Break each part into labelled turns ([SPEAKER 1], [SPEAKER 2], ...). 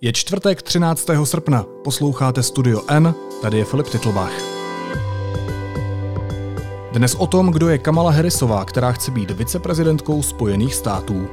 [SPEAKER 1] Je čtvrtek 13. srpna, posloucháte Studio N, tady je Filip Titlbach. Dnes o tom, kdo je Kamala Harrisová, která chce být viceprezidentkou Spojených států.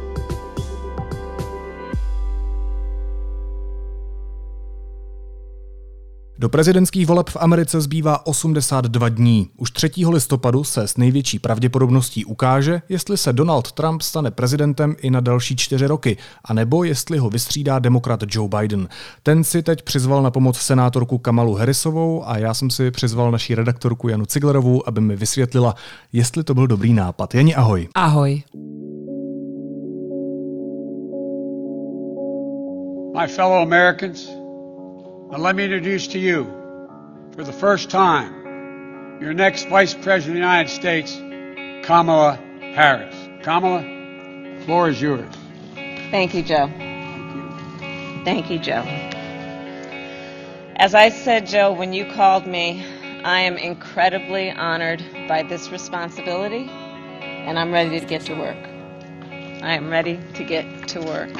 [SPEAKER 1] Do prezidentských voleb v Americe zbývá 82 dní. Už 3. listopadu se s největší pravděpodobností ukáže, jestli se Donald Trump stane prezidentem i na další 4 roky, anebo jestli ho vystřídá demokrat Joe Biden. Ten si teď přizval na pomoc senátorku Kamalu Harrisovou a já jsem si přizval naší redaktorku Janu Ciglerovou, aby mi vysvětlila, jestli to byl dobrý nápad. Jani, ahoj.
[SPEAKER 2] Ahoj.
[SPEAKER 3] My fellow Americans, and let me introduce to you, for the first time, your next Vice President of the United States, Kamala Harris. Kamala, the floor is yours.
[SPEAKER 4] Thank you, Joe. Thank you, Joe. As I said, Joe, when you called me, I am incredibly honored by this responsibility, and I'm ready to get to work. I am ready to get to work.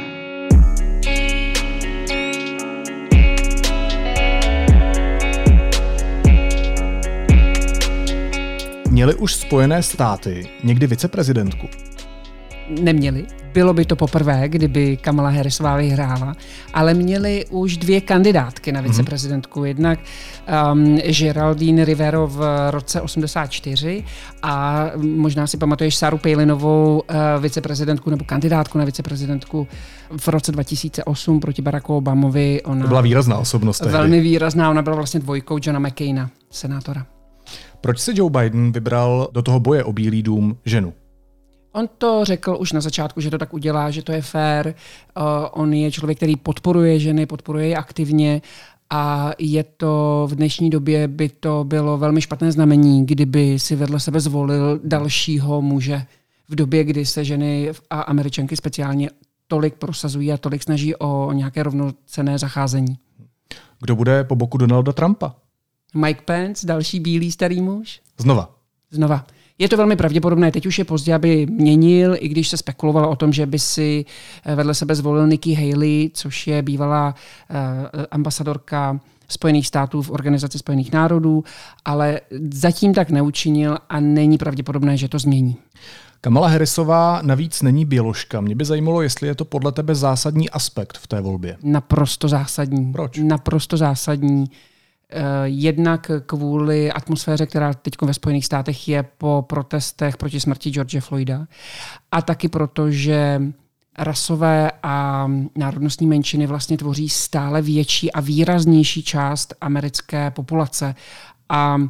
[SPEAKER 1] Měly už Spojené státy někdy viceprezidentku?
[SPEAKER 2] Neměli. Bylo by to poprvé, kdyby Kamala Harrisová vyhrála, ale měli už 2 kandidátky na viceprezidentku. Jednak Geraldine Rivero v roce 84 a možná si pamatuješ Saru Palinovou viceprezidentku nebo kandidátku na viceprezidentku v roce 2008 proti Baracku Obamovi. Ona
[SPEAKER 1] to byla výrazná osobnost tehdy.
[SPEAKER 2] Velmi výrazná, ona byla vlastně dvojkou Johna McCaina, senátora.
[SPEAKER 1] Proč se Joe Biden vybral do toho boje o Bílý dům ženu?
[SPEAKER 2] On to řekl už na začátku, že to tak udělá, že to je fér. On je člověk, který podporuje ženy, podporuje je aktivně a je to v dnešní době by to bylo velmi špatné znamení, kdyby si vedle sebe zvolil dalšího muže v době, kdy se ženy a Američanky speciálně tolik prosazují a tolik snaží o nějaké rovnocenné zacházení.
[SPEAKER 1] Kdo bude po boku Donalda Trumpa?
[SPEAKER 2] Mike Pence, další bílý starý muž? Znova. Je to velmi pravděpodobné, teď už je pozdě, aby měnil, i když se spekulovalo o tom, že by si vedle sebe zvolil Nikki Haley, což je bývalá ambasadorka Spojených států v Organizaci spojených národů, ale zatím tak neučinil a není pravděpodobné, že to změní.
[SPEAKER 1] Kamala Harrisová navíc není běložka. Mě by zajímalo, jestli je to podle tebe zásadní aspekt v té volbě.
[SPEAKER 2] Naprosto zásadní.
[SPEAKER 1] Proč?
[SPEAKER 2] Naprosto zásadní. Jednak kvůli atmosféře, která teď ve Spojených státech je po protestech proti smrti George Floyda a taky proto, že rasové a národnostní menšiny vlastně tvoří stále větší a výraznější část americké populace a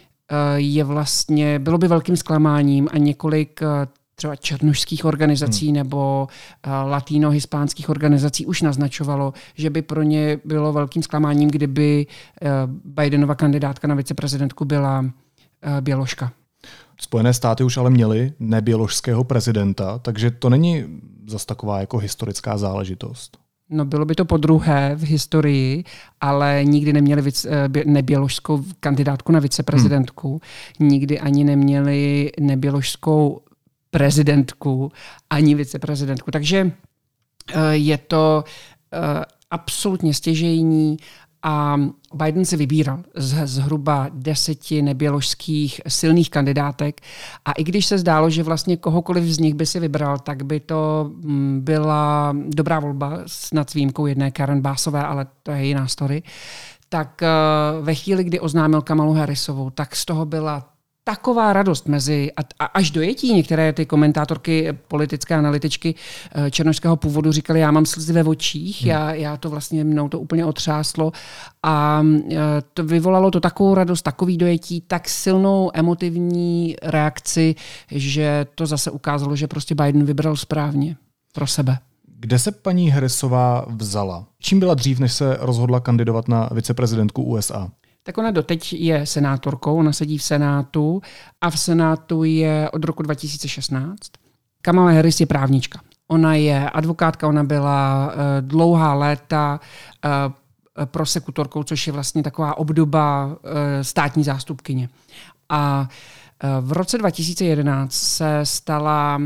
[SPEAKER 2] bylo by velkým zklamáním a několik třeba černošských organizací nebo latino-hispánských organizací už naznačovalo, že by pro ně bylo velkým zklamáním, kdyby Bidenova kandidátka na viceprezidentku byla běložka.
[SPEAKER 1] Spojené státy už ale měly neběložského prezidenta, takže to není zas taková jako historická záležitost.
[SPEAKER 2] No bylo by to podruhé v historii, ale nikdy neměli neběložskou kandidátku na viceprezidentku, nikdy ani neměli neběložskou prezidentku ani viceprezidentku. Takže je to absolutně stěžejní a Biden si vybíral z zhruba 10 neběložských silných kandidátek a i když se zdálo, že vlastně kohokoliv z nich by si vybral, tak by to byla dobrá volba, snad s výjimkou jedné Karen Bassové, ale to je jiná story, tak ve chvíli, kdy oznámil Kamalu Harrisovou, tak z toho byla taková radost mezi, a až dojetí některé ty komentátorky, politické analytičky černošského původu říkali, já mám slzy ve očích, já to vlastně mnou to úplně otřáslo a to vyvolalo to takovou radost, takový dojetí, tak silnou emotivní reakci, že to zase ukázalo, že prostě Biden vybral správně pro sebe.
[SPEAKER 1] Kde se paní Harrisová vzala? Čím byla dřív, než se rozhodla kandidovat na viceprezidentku USA?
[SPEAKER 2] Tak ona doteď je senátorkou, ona sedí v Senátu a v Senátu je od roku 2016. Kamala Harris je právnička. Ona je advokátka, ona byla dlouhá léta prosekutorkou, což je vlastně taková obdoba státní zástupkyně. A v roce 2011 se stala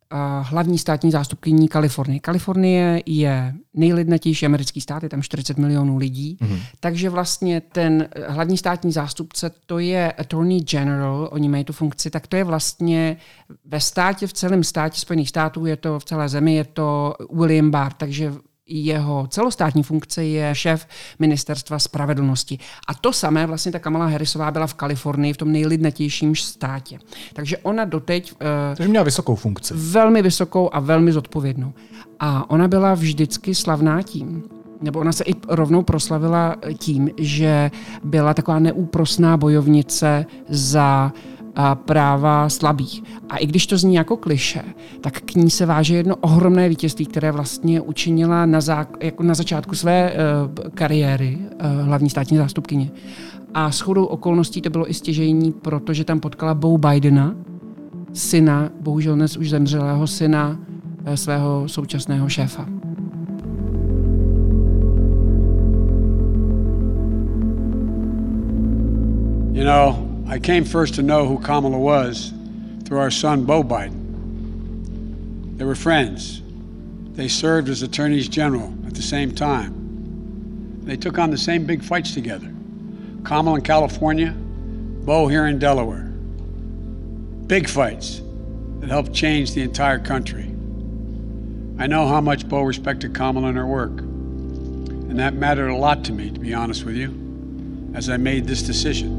[SPEAKER 2] hlavní státní zástupkyní Kalifornie. Kalifornie je nejlidnatější americký stát, je tam 40 milionů lidí, takže vlastně ten hlavní státní zástupce, to je Attorney General, oni mají tu funkci, tak to je vlastně ve státě, v celém státě Spojených států, je to v celé zemi, je to William Barr, takže jeho celostátní funkce je šéf ministerstva spravedlnosti. A to samé vlastně ta Kamala Harrisová byla v Kalifornii, v tom nejlidnatějším státě. Takže ona doteď...
[SPEAKER 1] Takže měla vysokou funkci.
[SPEAKER 2] Velmi vysokou a velmi zodpovědnou. A ona byla vždycky slavná tím, nebo ona se i rovnou proslavila tím, že byla taková neúprosná bojovnice za práva slabých. A i když to zní jako klišé, tak k ní se váže jedno ohromné vítězství, které vlastně učinila jako na začátku své kariéry hlavní státní zástupkyně. A shodou okolností to bylo i stěžejní, protože tam potkala Beau Bidena, syna, bohužel dnes už zemřelého syna svého současného šéfa.
[SPEAKER 3] You know, I came first to know who Kamala was through our son, Beau Biden. They were friends. They served as attorneys general at the same time. They took on the same big fights together. Kamala in California, Beau here in Delaware. Big fights that helped change the entire country. I know how much Beau respected Kamala and her work. And that mattered a lot to me, to be honest with you, as I made this decision.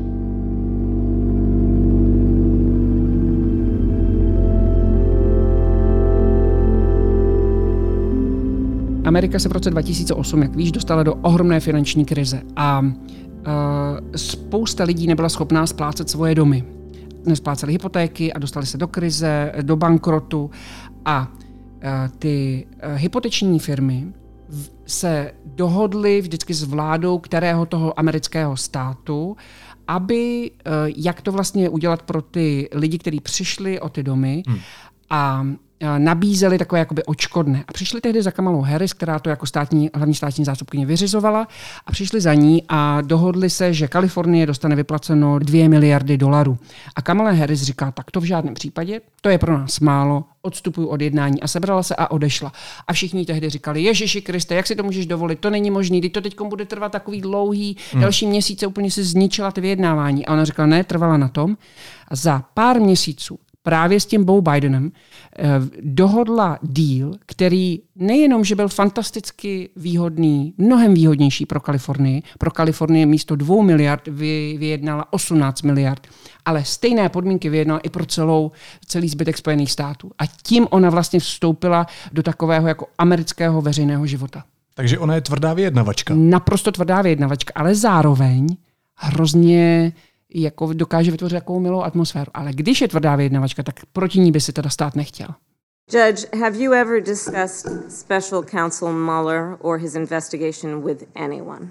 [SPEAKER 2] Amerika se v roce 2008, jak víš, dostala do ohromné finanční krize a spousta lidí nebyla schopná splácet svoje domy. Nespláceli hypotéky a dostali se do krize, do bankrotu a ty hypoteční firmy se dohodly vždycky s vládou kterého toho amerického státu, aby jak to vlastně udělat pro ty lidi, kteří přišli o ty domy a nabízeli takové jakoby odškodné. A přišli tehdy za Kamalou Harris, která to jako hlavní státní zástupkyně vyřizovala, a přišli za ní a dohodli se, že Kalifornie dostane vyplaceno $2 miliardy. A Kamala Harris říká, tak to v žádném případě, to je pro nás málo, odstupuju od jednání, a sebrala se a odešla. A všichni tehdy říkali, Ježiši Kriste, jak si to můžeš dovolit, to není možný, teď to teďkom bude trvat takový dlouhý, další měsíce, úplně si zničila ty vyjednávání. A ona říkala, ne, trvala na tom. A za pár měsíců právě s tím Beau Bidenem dohodla deal, který nejenom, že byl fantasticky výhodný, mnohem výhodnější pro Kalifornii. Pro Kalifornii místo 2 miliard vyjednala 18 miliard, ale stejné podmínky vyjednala i pro celý zbytek Spojených států. A tím ona vlastně vstoupila do takového jako amerického veřejného života.
[SPEAKER 1] Takže ona je tvrdá vyjednavačka.
[SPEAKER 2] Naprosto tvrdá vyjednavačka, ale zároveň hrozně jako dokáže vytvořit takovou milou atmosféru. Ale když je tvrdá vyjednavačka, tak proti ní by si teda stát nechtěl.
[SPEAKER 5] Judge, have you ever discussed Special Counsel Mueller or his investigation with anyone?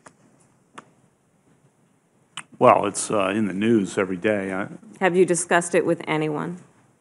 [SPEAKER 6] Well, it's in the news every day.
[SPEAKER 5] Have you discussed it with anyone?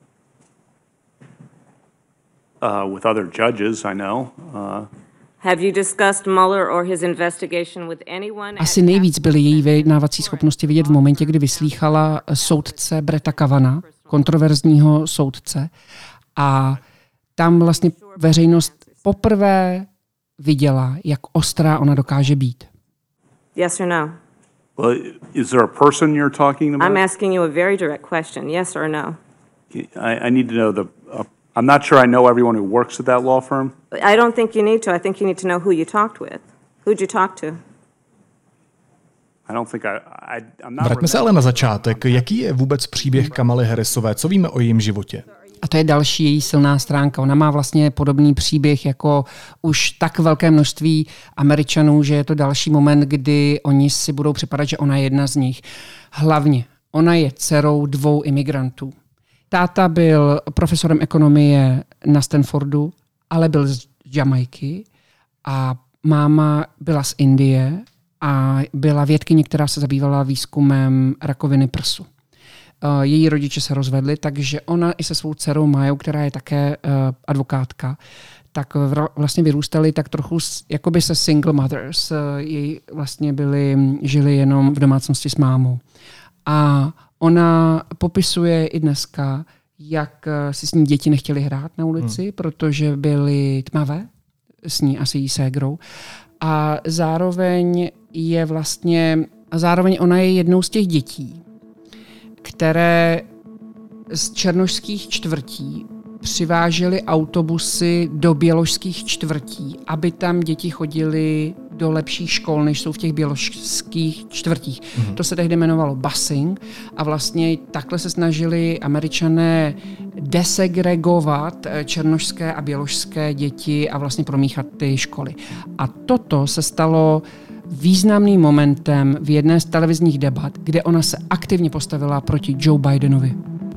[SPEAKER 6] With other judges, I know.
[SPEAKER 5] Have you discussed Mueller or his investigation with anyone?
[SPEAKER 2] Asi nejvíc byly její vyjednávací schopnosti vidět v momentě, kdy vyslýchala soudce Bretta Kavanagha, kontroverzního soudce. A tam vlastně veřejnost poprvé viděla, jak ostrá ona dokáže být.
[SPEAKER 5] Yes or no?
[SPEAKER 6] Well, is there a person you're talking about?
[SPEAKER 5] I'm asking you a very direct question. Yes or no?
[SPEAKER 6] I need to know I'm not sure I know everyone who works at that law firm.
[SPEAKER 5] I don't think you need to. I think you need to know who you talked with. Who'd you talk to?
[SPEAKER 6] I don't think I'm not.
[SPEAKER 1] Vraťme se ale na začátek. Jaký je vůbec příběh Kamaly Harrisové? Co víme o jejím životě?
[SPEAKER 2] A to je další její silná stránka. Ona má vlastně podobný příběh jako už tak velké množství Američanů, že je to další moment, kdy oni si budou připadat, že ona je jedna z nich. Hlavně, ona je dcerou 2 imigrantů. Táta byl profesorem ekonomie na Stanfordu, ale byl z Jamajky, a máma byla z Indie a byla vědkyně, která se zabývala výzkumem rakoviny prsu. Její rodiče se rozvedli, takže ona i se svou dcerou Majou, která je také advokátka, tak vlastně vyrůstali tak trochu jakoby se single mothers. Její vlastně žili jenom v domácnosti s mámou. A ona popisuje i dneska, jak si s ní děti nechtěly hrát na ulici, protože byly tmavé, s ní a s její ségrou. A zároveň ona je jednou z těch dětí, které z černošských čtvrtí přivážely autobusy do běložských čtvrtí, aby tam děti chodily do lepších škol, než jsou v těch běložských čtvrtích. To se tehdy jmenovalo busing a vlastně takhle se snažili Američané desegregovat černošské a běložské děti a vlastně promíchat ty školy. A toto se stalo významným momentem v jedné z televizních debat, kde ona se aktivně postavila proti Joe Bidenovi.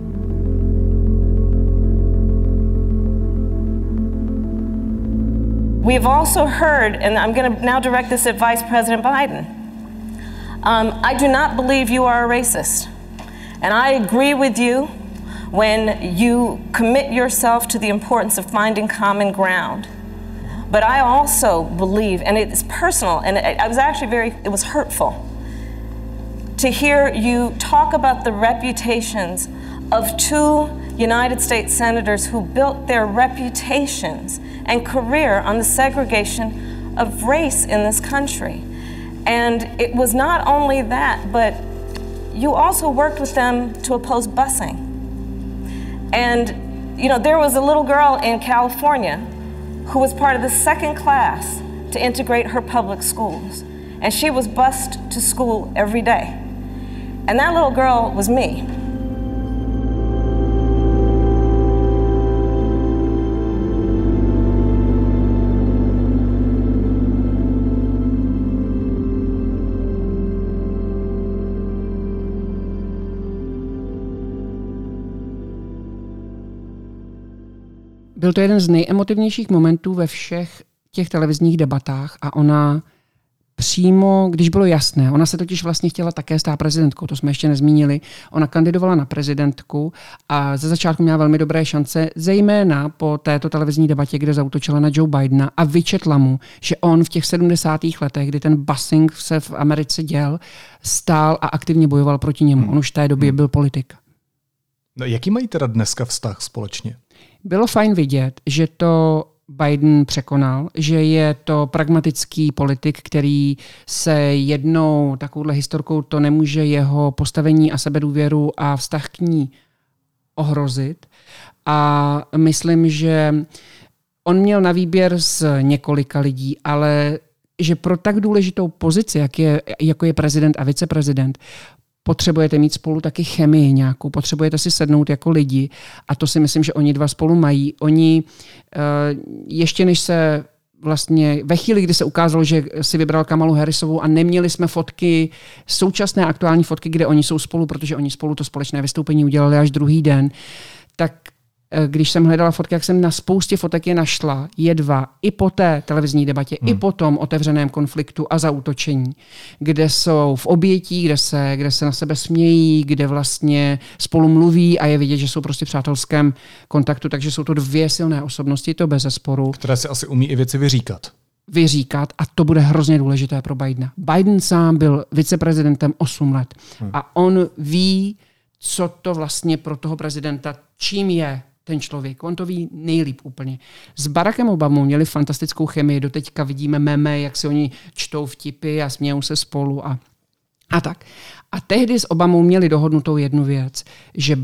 [SPEAKER 7] We have also heard, and I'm going to now direct this at Vice President Biden, I do not believe you are a racist. And I agree with you when you commit yourself to the importance of finding common ground. But I also believe, and it's personal, and I was actually it was hurtful to hear you talk about the reputations of two United States senators who built their reputations and career on the segregation of race in this country. And it was not only that, but you also worked with them to oppose busing. And, you know, there was a little girl in California who was part of the second class to integrate her public schools. And she was bused to school every day. And that little girl was me.
[SPEAKER 2] Byl to jeden z nejemotivnějších momentů ve všech těch televizních debatách a ona přímo, když bylo jasné, ona se totiž vlastně chtěla také stát prezidentkou, to jsme ještě nezmínili, ona kandidovala na prezidentku a ze začátku měla velmi dobré šance, zejména po této televizní debatě, kde zaútočila na Joe Bidena a vyčetla mu, že on v těch 70. letech, kdy ten busing se v Americe děl, stál a aktivně bojoval proti němu. On už v té době byl politik.
[SPEAKER 1] No, jaký mají teda dneska vztah společně?
[SPEAKER 2] Bylo fajn vidět, že to Biden překonal, že je to pragmatický politik, který se jednou takovouhle historkou to nemůže jeho postavení a sebedůvěru a vztah k ní ohrozit. A myslím, že on měl na výběr z několika lidí, ale že pro tak důležitou pozici, jako je prezident a viceprezident, potřebujete mít spolu taky chemii nějakou, potřebujete si sednout jako lidi a to si myslím, že oni dva spolu mají. Oni ještě než se vlastně ve chvíli, kdy se ukázalo, že si vybral Kamalu Harrisovou a neměli jsme fotky, současné aktuální fotky, kde oni jsou spolu, protože oni spolu to společné vystoupení udělali až druhý den, tak když jsem hledala fotky, jak jsem na spoustě fotek je našla, je dva, i po té televizní debatě, i po tom otevřeném konfliktu a zaútočení, kde jsou v obětí, kde se na sebe smějí, kde vlastně spolu mluví a je vidět, že jsou prostě v přátelském kontaktu, takže jsou to dvě silné osobnosti, to bezesporu.
[SPEAKER 1] Které si asi umí i věci vyříkat
[SPEAKER 2] a to bude hrozně důležité pro Bidena. Biden sám byl viceprezidentem 8 let a on ví, co to vlastně pro toho prezidenta, čím je ten člověk. On to ví nejlíp úplně. S Barackem Obamou měli fantastickou chemii. Doteďka vidíme meme, jak si oni čtou vtipy a smějou se spolu a tak. A tehdy s Obamou měli dohodnutou jednu věc, že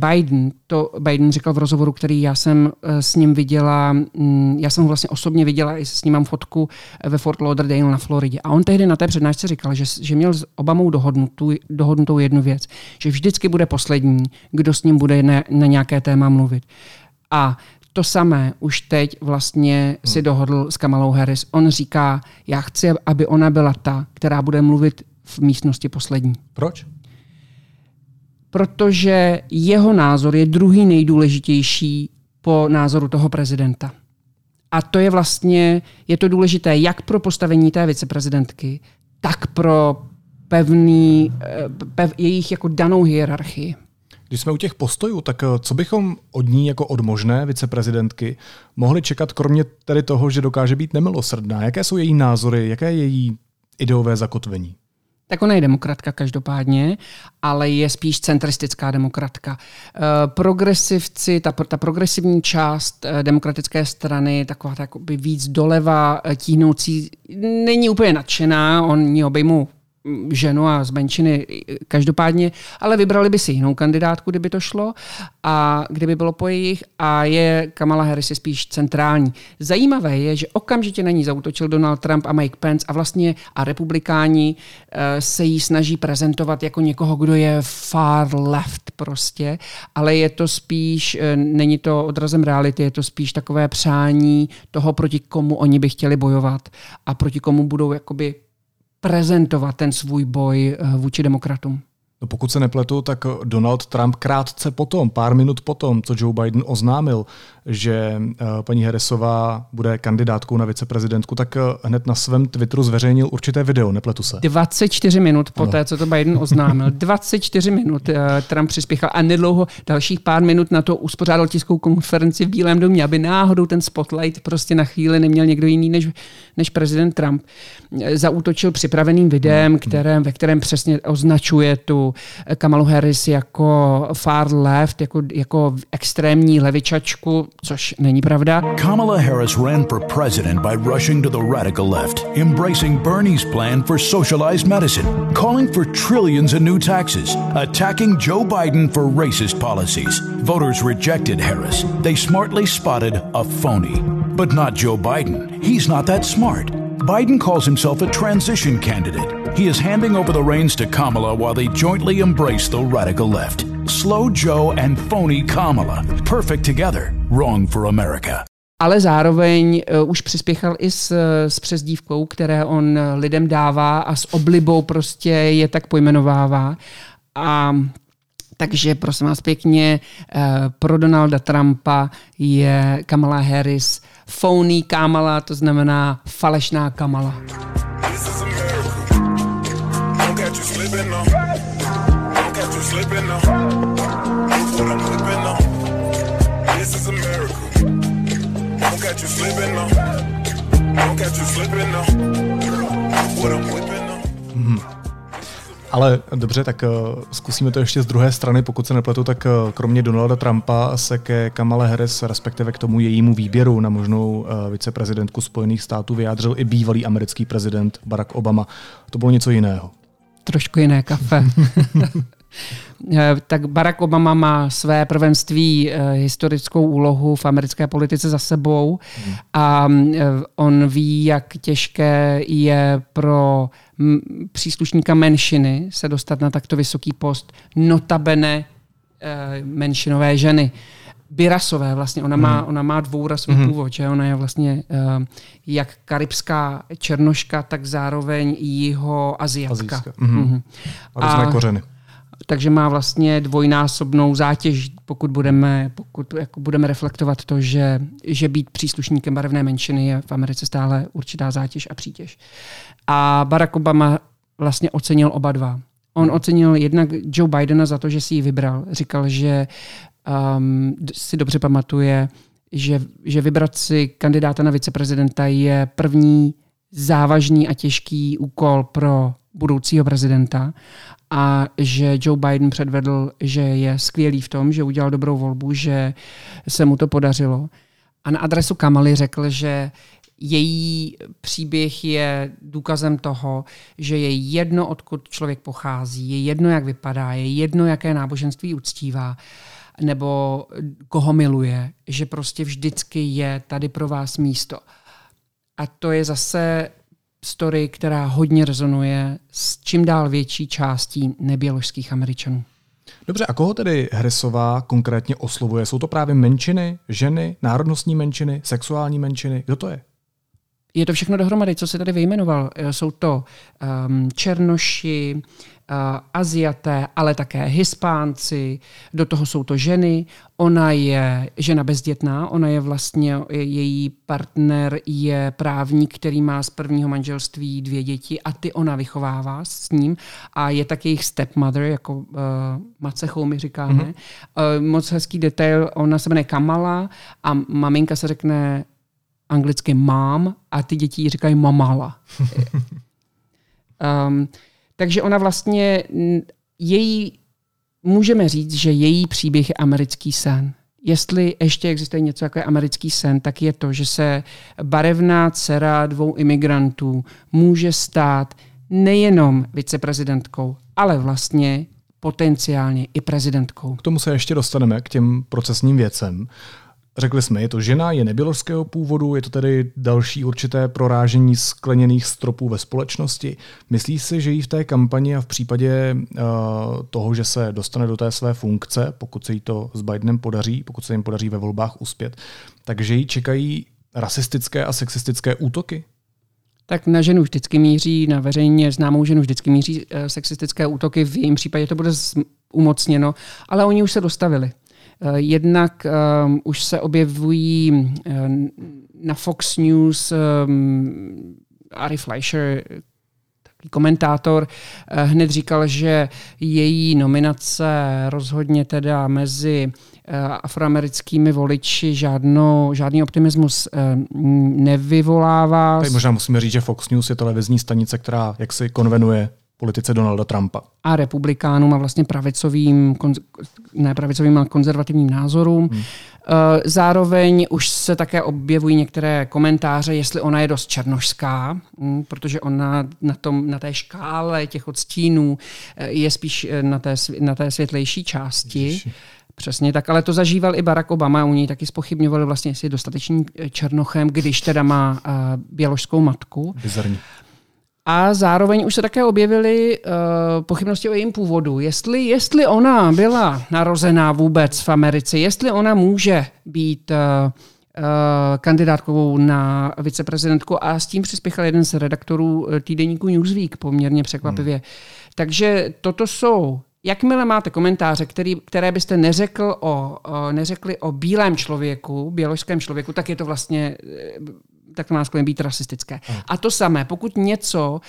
[SPEAKER 2] Biden říkal v rozhovoru, který já jsem s ním viděla, já jsem ho vlastně osobně viděla, i s ním mám fotku ve Fort Lauderdale na Floridě. A on tehdy na té přednášce říkal, že měl s Obamou dohodnutou jednu věc, že vždycky bude poslední, kdo s ním bude na nějaké téma mluvit. A to samé už teď vlastně si dohodl s Kamalou Harris. On říká, já chci, aby ona byla ta, která bude mluvit v místnosti poslední.
[SPEAKER 1] Proč?
[SPEAKER 2] Protože jeho názor je druhý nejdůležitější po názoru toho prezidenta. A to je vlastně, je to důležité jak pro postavení té viceprezidentky, tak pro jejich jako danou hierarchii.
[SPEAKER 1] Když jsme u těch postojů, tak co bychom od ní jako od možné viceprezidentky mohli čekat, kromě tedy toho, že dokáže být nemilosrdná? Jaké jsou její názory, jaké je její ideové zakotvení?
[SPEAKER 2] Tak ona je demokratka každopádně, ale je spíš centristická demokratka. Progresivci, ta progresivní část demokratické strany, taková jakoby víc doleva tíhnoucí, není úplně nadšená, oni obejmou ženu a z menšiny každopádně, ale vybrali by si jinou kandidátku, kdyby to šlo a kdyby bylo po jejich a Kamala Harris je spíš centrální. Zajímavé je, že okamžitě na ní zaútočil Donald Trump a Mike Pence a republikáni se jí snaží prezentovat jako někoho, kdo je far left prostě, ale je to spíš, není to odrazem reality, je to spíš takové přání toho, proti komu oni by chtěli bojovat a proti komu budou jakoby prezentovat ten svůj boj vůči demokratům.
[SPEAKER 1] No pokud se nepletu, tak Donald Trump krátce potom, pár minut potom, co Joe Biden oznámil, že paní Harrisová bude kandidátkou na viceprezidentku, tak hned na svém Twitteru zveřejnil určité video, nepletu se.
[SPEAKER 2] 24 minut poté, co to Biden oznámil. 24 minut Trump přispěchal a nedlouho dalších pár minut na to uspořádal tiskovou konferenci v Bílém domě, aby náhodou ten spotlight prostě na chvíli neměl někdo jiný než prezident Trump. Zaútočil připraveným videem, ve kterém přesně označuje tu Kamalu Harris jako far left, jako extrémní levičačku, což není pravda.
[SPEAKER 8] Kamala Harris ran for president by rushing to the radical left, embracing Bernie's plan for socialized medicine, calling for trillions in new taxes, attacking Joe Biden for racist policies. Voters rejected Harris. They smartly spotted a phony. But not Joe Biden. He's not that smart. Biden calls himself a transition candidate. He is handing over the reins to Kamala while they jointly embrace the radical left. Slow Joe and phony Kamala. Perfect together. Wrong for America.
[SPEAKER 2] Ale zároveň už přispěchal i s přezdívkou, které on lidem dává a s oblibou prostě je tak pojmenovává. A takže prosím vás pěkně, pro Donalda Trumpa je Kamala Harris phony Kamala, to znamená falešná Kamala.
[SPEAKER 1] Ale dobře, tak zkusíme to ještě z druhé strany. Pokud se nepletu, tak kromě Donalda Trumpa se ke Kamale Harris, respektive k tomu jejímu výběru na možnou viceprezidentku Spojených států vyjádřil i bývalý americký prezident Barack Obama. To bylo něco jiného.
[SPEAKER 2] Trošku jiné kafe. Tak Barack Obama má své prvenství, historickou úlohu v americké politice za sebou a on ví, jak těžké je pro příslušníka menšiny se dostat na takto vysoký post, notabene menšinové ženy. Birasové vlastně, ona má dvourasový původ, že ona je vlastně jak karibská černoška, tak zároveň jihoaziatka.
[SPEAKER 1] A různé kořeny.
[SPEAKER 2] Takže má vlastně dvojnásobnou zátěž, pokud budeme reflektovat to, že být příslušníkem barevné menšiny je v Americe stále určitá zátěž a přítěž. A Barack Obama vlastně ocenil oba dva. On ocenil jednak Joe Bidena za to, že si ji vybral. Říkal, že si dobře pamatuje, že vybrat si kandidáta na viceprezidenta je první závažný a těžký úkol pro budoucího prezidenta a že Joe Biden předvedl, že je skvělý v tom, že udělal dobrou volbu, že se mu to podařilo. A na adresu Kamaly řekl, že její příběh je důkazem toho, že je jedno, odkud člověk pochází, je jedno, jak vypadá, je jedno, jaké náboženství uctívá, nebo koho miluje, že prostě vždycky je tady pro vás místo. A to je zase story, která hodně rezonuje s čím dál větší částí neběložských Američanů.
[SPEAKER 1] Dobře, a koho tedy Harrisová konkrétně oslovuje? Jsou to právě menšiny, ženy, národnostní menšiny, sexuální menšiny? Kdo to je?
[SPEAKER 2] Je to všechno dohromady, co jsi tady vyjmenoval. Jsou to černoši, Aziaté, ale také Hispánci, do toho jsou to ženy. Ona je žena bezdětná, ona je vlastně, její partner je právník, který má z prvního manželství 2 děti a ty ona vychovává s ním a je tak jejich stepmother, jako macechou my říkáme. Moc hezký detail, ona se jmenuje Kamala a maminka se řekne anglicky mom a ty děti říkají mamala. Takže ona vlastně, můžeme říct, že její příběh je americký sen. Jestli ještě existuje něco jako je americký sen, tak je to, že se barevná dcera 2 imigrantů může stát nejenom viceprezidentkou, ale vlastně potenciálně i prezidentkou.
[SPEAKER 1] K tomu se ještě dostaneme, k těm procesním věcem. Řekli jsme, je to žena, je neběložského původu, je to tedy další určité prorážení skleněných stropů ve společnosti. Myslí si, že jí v té kampani a v případě toho, že se dostane do té své funkce, pokud se jí to s Bidenem podaří, pokud se jim podaří ve volbách uspět, takže jí čekají rasistické a sexistické útoky?
[SPEAKER 2] Tak na ženu vždycky míří, na veřejně známou ženu vždycky míří sexistické útoky, v jejím případě to bude umocněno, ale oni už se dostavili. Jednak už se objevují na Fox News Ari Fleischer, takový komentátor, hned říkal, že její nominace rozhodně teda mezi afroamerickými voliči žádný optimismus nevyvolává.
[SPEAKER 1] Tady možná musíme říct, že Fox News je televizní stanice, která jaksi konvenuje politice Donalda Trumpa.
[SPEAKER 2] A republikánům a vlastně pravicovým a konzervativním názorům. Zároveň už se také objevují některé komentáře, jestli ona je dost černošská, protože ona na té škále těch odstínů je spíš na té světlejší části. Ježiši. Přesně tak, ale to zažíval i Barack Obama, u něj taky zpochybňovali vlastně, jestli je dostatečným černochem, když teda má běložskou matku.
[SPEAKER 1] Bizarní.
[SPEAKER 2] A zároveň už se také objevily pochybnosti o jejím původu. Jestli ona byla narozená vůbec v Americe, jestli ona může být kandidátkou na viceprezidentku, a s tím přispěchal jeden z redaktorů týdeníku Newsweek poměrně překvapivě. Takže toto jsou, jakmile máte komentáře, které byste neřekli o bílém člověku, běložském člověku, tak je to vlastně tak to má skvěle být rasistické. A to samé, pokud něco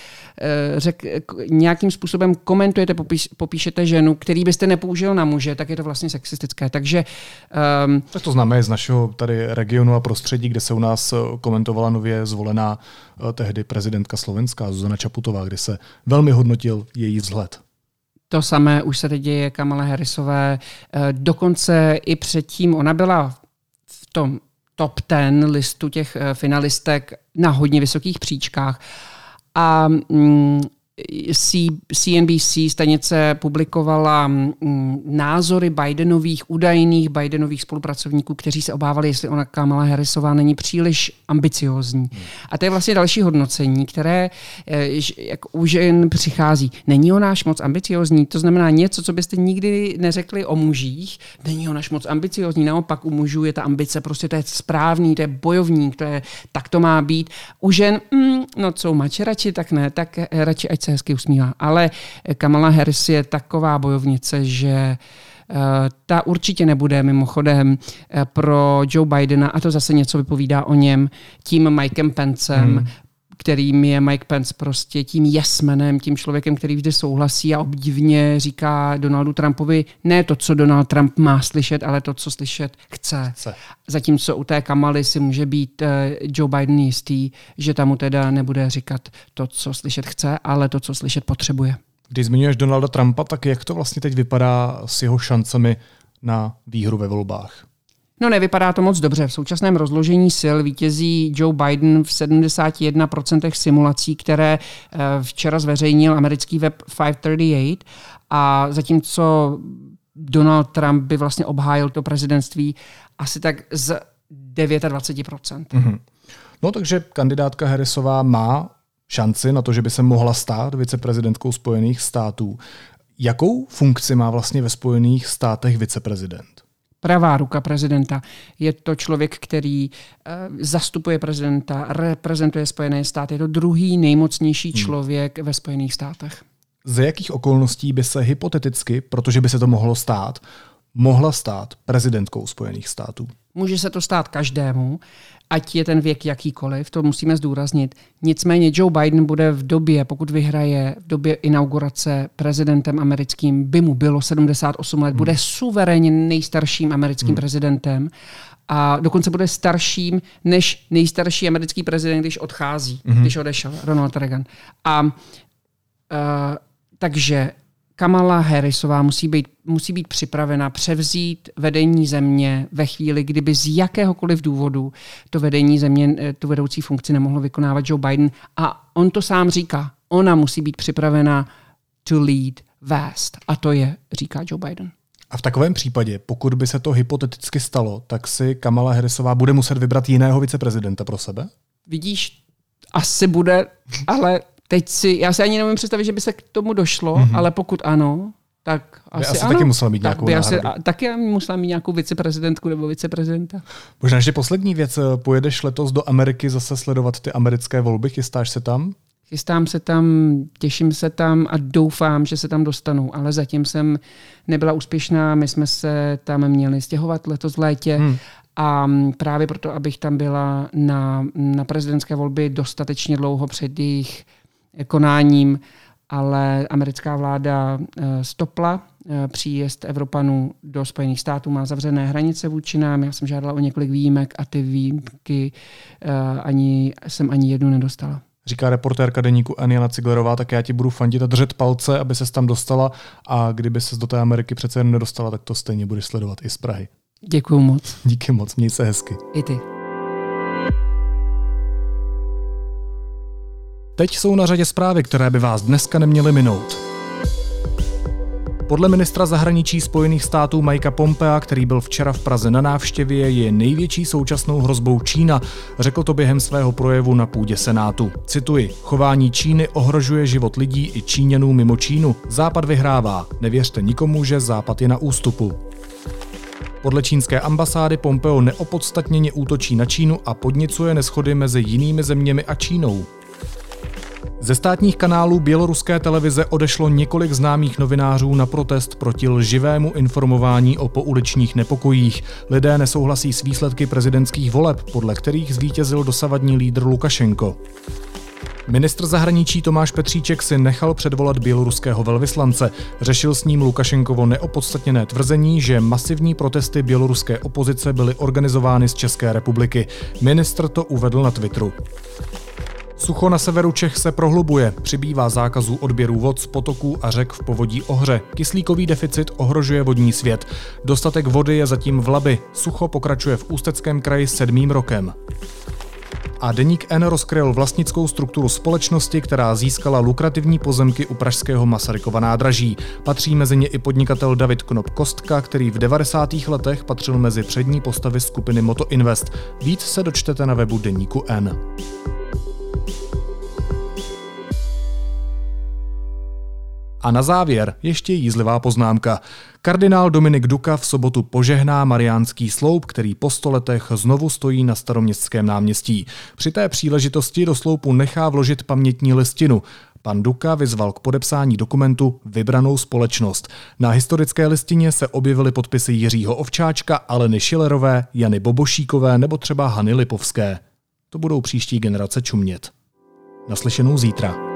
[SPEAKER 2] nějakým způsobem komentujete, popíšete ženu, který byste nepoužil na muže, tak je to vlastně sexistické. Takže
[SPEAKER 1] tak to známe z našeho tady regionu a prostředí, kde se u nás komentovala nově zvolená tehdy prezidentka Slovenska Zuzana Čaputová, kde se velmi hodnotil její vzhled.
[SPEAKER 2] To samé už se teď děje Kamale Harrisové. Dokonce i předtím ona byla v tom top 10 listu těch finalistek na hodně vysokých příčkách. A CNBC stanice publikovala názory údajných Bidenových spolupracovníků, kteří se obávali, jestli ona Kamala Harrisová není příliš ambiciózní. A to je vlastně další hodnocení, které jak u žen přichází. Není ona až moc ambiciózní, to znamená něco, co byste nikdy neřekli o mužích. Není ona až moc ambiciózní, naopak u mužů je ta ambice, prostě to je správný, to je bojovník, tak to má být. U žen, co mače radši, tak ne, tak radši ať se hezky usmívá. Ale Kamala Harris je taková bojovnice, že ta určitě nebude mimochodem pro Joe Bidena, a to zase něco vypovídá o něm, tím Mikem Pencem, kterým je Mike Pence prostě tím yes-manem, tím člověkem, který vždy souhlasí a obdivně říká Donaldu Trumpovi ne to, co Donald Trump má slyšet, ale to, co slyšet chce. Zatímco u té Kamaly si může být Joe Biden jistý, že tam mu teda nebude říkat to, co slyšet chce, ale to, co slyšet potřebuje.
[SPEAKER 1] Když zmiňuješ Donalda Trumpa, tak jak to vlastně teď vypadá s jeho šancemi na výhru ve volbách?
[SPEAKER 2] No, nevypadá to moc dobře. V současném rozložení sil vítězí Joe Biden v 71% simulací, které včera zveřejnil americký web 538, a zatímco Donald Trump by vlastně obhájil to prezidentství asi tak z 29%.
[SPEAKER 1] No, takže kandidátka Harrisová má šanci na to, že by se mohla stát viceprezidentkou Spojených států. Jakou funkci má vlastně ve Spojených státech viceprezident?
[SPEAKER 2] Pravá ruka prezidenta. Je to člověk, který zastupuje prezidenta, reprezentuje Spojené státy. Je to druhý nejmocnější člověk ve Spojených státech.
[SPEAKER 1] Za jakých okolností by se hypoteticky, protože by se to mohlo stát, mohla stát prezidentkou Spojených států?
[SPEAKER 2] Může se to stát každému, ať je ten věk jakýkoliv, to musíme zdůraznit. Nicméně Joe Biden bude v době, pokud vyhraje, v době inaugurace prezidentem americkým, by mu bylo 78 let, bude suverénně nejstarším americkým prezidentem a dokonce bude starším než nejstarší americký prezident, když odchází, když odešel Ronald Reagan. A Takže Kamala Harrisová musí být připravena převzít vedení země ve chvíli, kdyby z jakéhokoliv důvodu to vedení země, tu vedoucí funkci nemohl vykonávat Joe Biden. A on to sám říká. Ona musí být připravena to lead fast. A to je, říká Joe Biden.
[SPEAKER 1] A v takovém případě, pokud by se to hypoteticky stalo, tak si Kamala Harrisová bude muset vybrat jiného viceprezidenta pro sebe?
[SPEAKER 2] Vidíš, asi bude, ale já si ani nevím představit, že by se k tomu došlo, ale pokud ano, tak asi ano.
[SPEAKER 1] Taky musela mít nějakou náhradu.
[SPEAKER 2] Taky musela mít nějakou viceprezidentku nebo viceprezidenta.
[SPEAKER 1] Možná ještě poslední věc. Pojedeš letos do Ameriky zase sledovat ty americké volby? Chystáš se tam?
[SPEAKER 2] Chystám se tam, těším se tam a doufám, že se tam dostanu, ale zatím jsem nebyla úspěšná. My jsme se tam měli stěhovat letos v létě a právě proto, abych tam byla na prezidentské volby dostatečně dlouho před jejich konáním, ale americká vláda stopla příjezd Evropanů do Spojených států, má zavřené hranice vůči nám. Já jsem žádala o několik výjimek a ty výjimky jsem ani jednu nedostala.
[SPEAKER 1] Říká reportérka deníku Aniela Ciglerová, tak já ti budu fandit a držet palce, aby ses tam dostala a kdyby ses do té Ameriky přece jen nedostala, tak to stejně budeš sledovat i z Prahy.
[SPEAKER 2] Děkuju moc.
[SPEAKER 1] Díky moc, měj se hezky.
[SPEAKER 2] I ty.
[SPEAKER 1] Teď jsou na řadě zprávy, které by vás dneska neměly minout. Podle ministra zahraničí Spojených států Mikea Pompea, který byl včera v Praze na návštěvě, je největší současnou hrozbou Čína. Řekl to během svého projevu na půdě Senátu. Cituji: chování Číny ohrožuje život lidí i Číňanů mimo Čínu. Západ vyhrává. Nevěřte nikomu, že Západ je na ústupu. Podle čínské ambasády Pompeo neopodstatněně útočí na Čínu a podněcuje neshody mezi jinými zeměmi a Čínou. Ze státních kanálů běloruské televize odešlo několik známých novinářů na protest proti lživému informování o pouličních nepokojích. Lidé nesouhlasí s výsledky prezidentských voleb, podle kterých zvítězil dosavadní lídr Lukašenko. Ministr zahraničí Tomáš Petříček si nechal předvolat běloruského velvyslance. Řešil s ním Lukašenkovo neopodstatněné tvrzení, že masivní protesty běloruské opozice byly organizovány z České republiky. Ministr to uvedl na Twitteru. Sucho na severu Čech se prohlubuje, přibývá zákazů odběrů vod z potoků a řek v povodí Ohře. Kyslíkový deficit ohrožuje vodní svět. Dostatek vody je zatím v Labi. Sucho pokračuje v Ústeckém kraji 7. rokem. A deník N rozkryl vlastnickou strukturu společnosti, která získala lukrativní pozemky u pražského Masarykova nádraží. Patří mezi ně i podnikatel David Knop-Kostka, který v 90. letech patřil mezi přední postavy skupiny Moto Invest. Víc se dočtete na webu deníku N. A na závěr ještě jízlivá poznámka. Kardinál Dominik Duka v sobotu požehná mariánský sloup, který po 100 letech znovu stojí na Staroměstském náměstí. Při té příležitosti do sloupu nechá vložit pamětní listinu. Pan Duka vyzval k podepsání dokumentu vybranou společnost. Na historické listině se objevily podpisy Jiřího Ovčáčka, Aleny Schillerové, Jany Bobošíkové nebo třeba Hany Lipovské. To budou příští generace čumět. Naslyšenou zítra.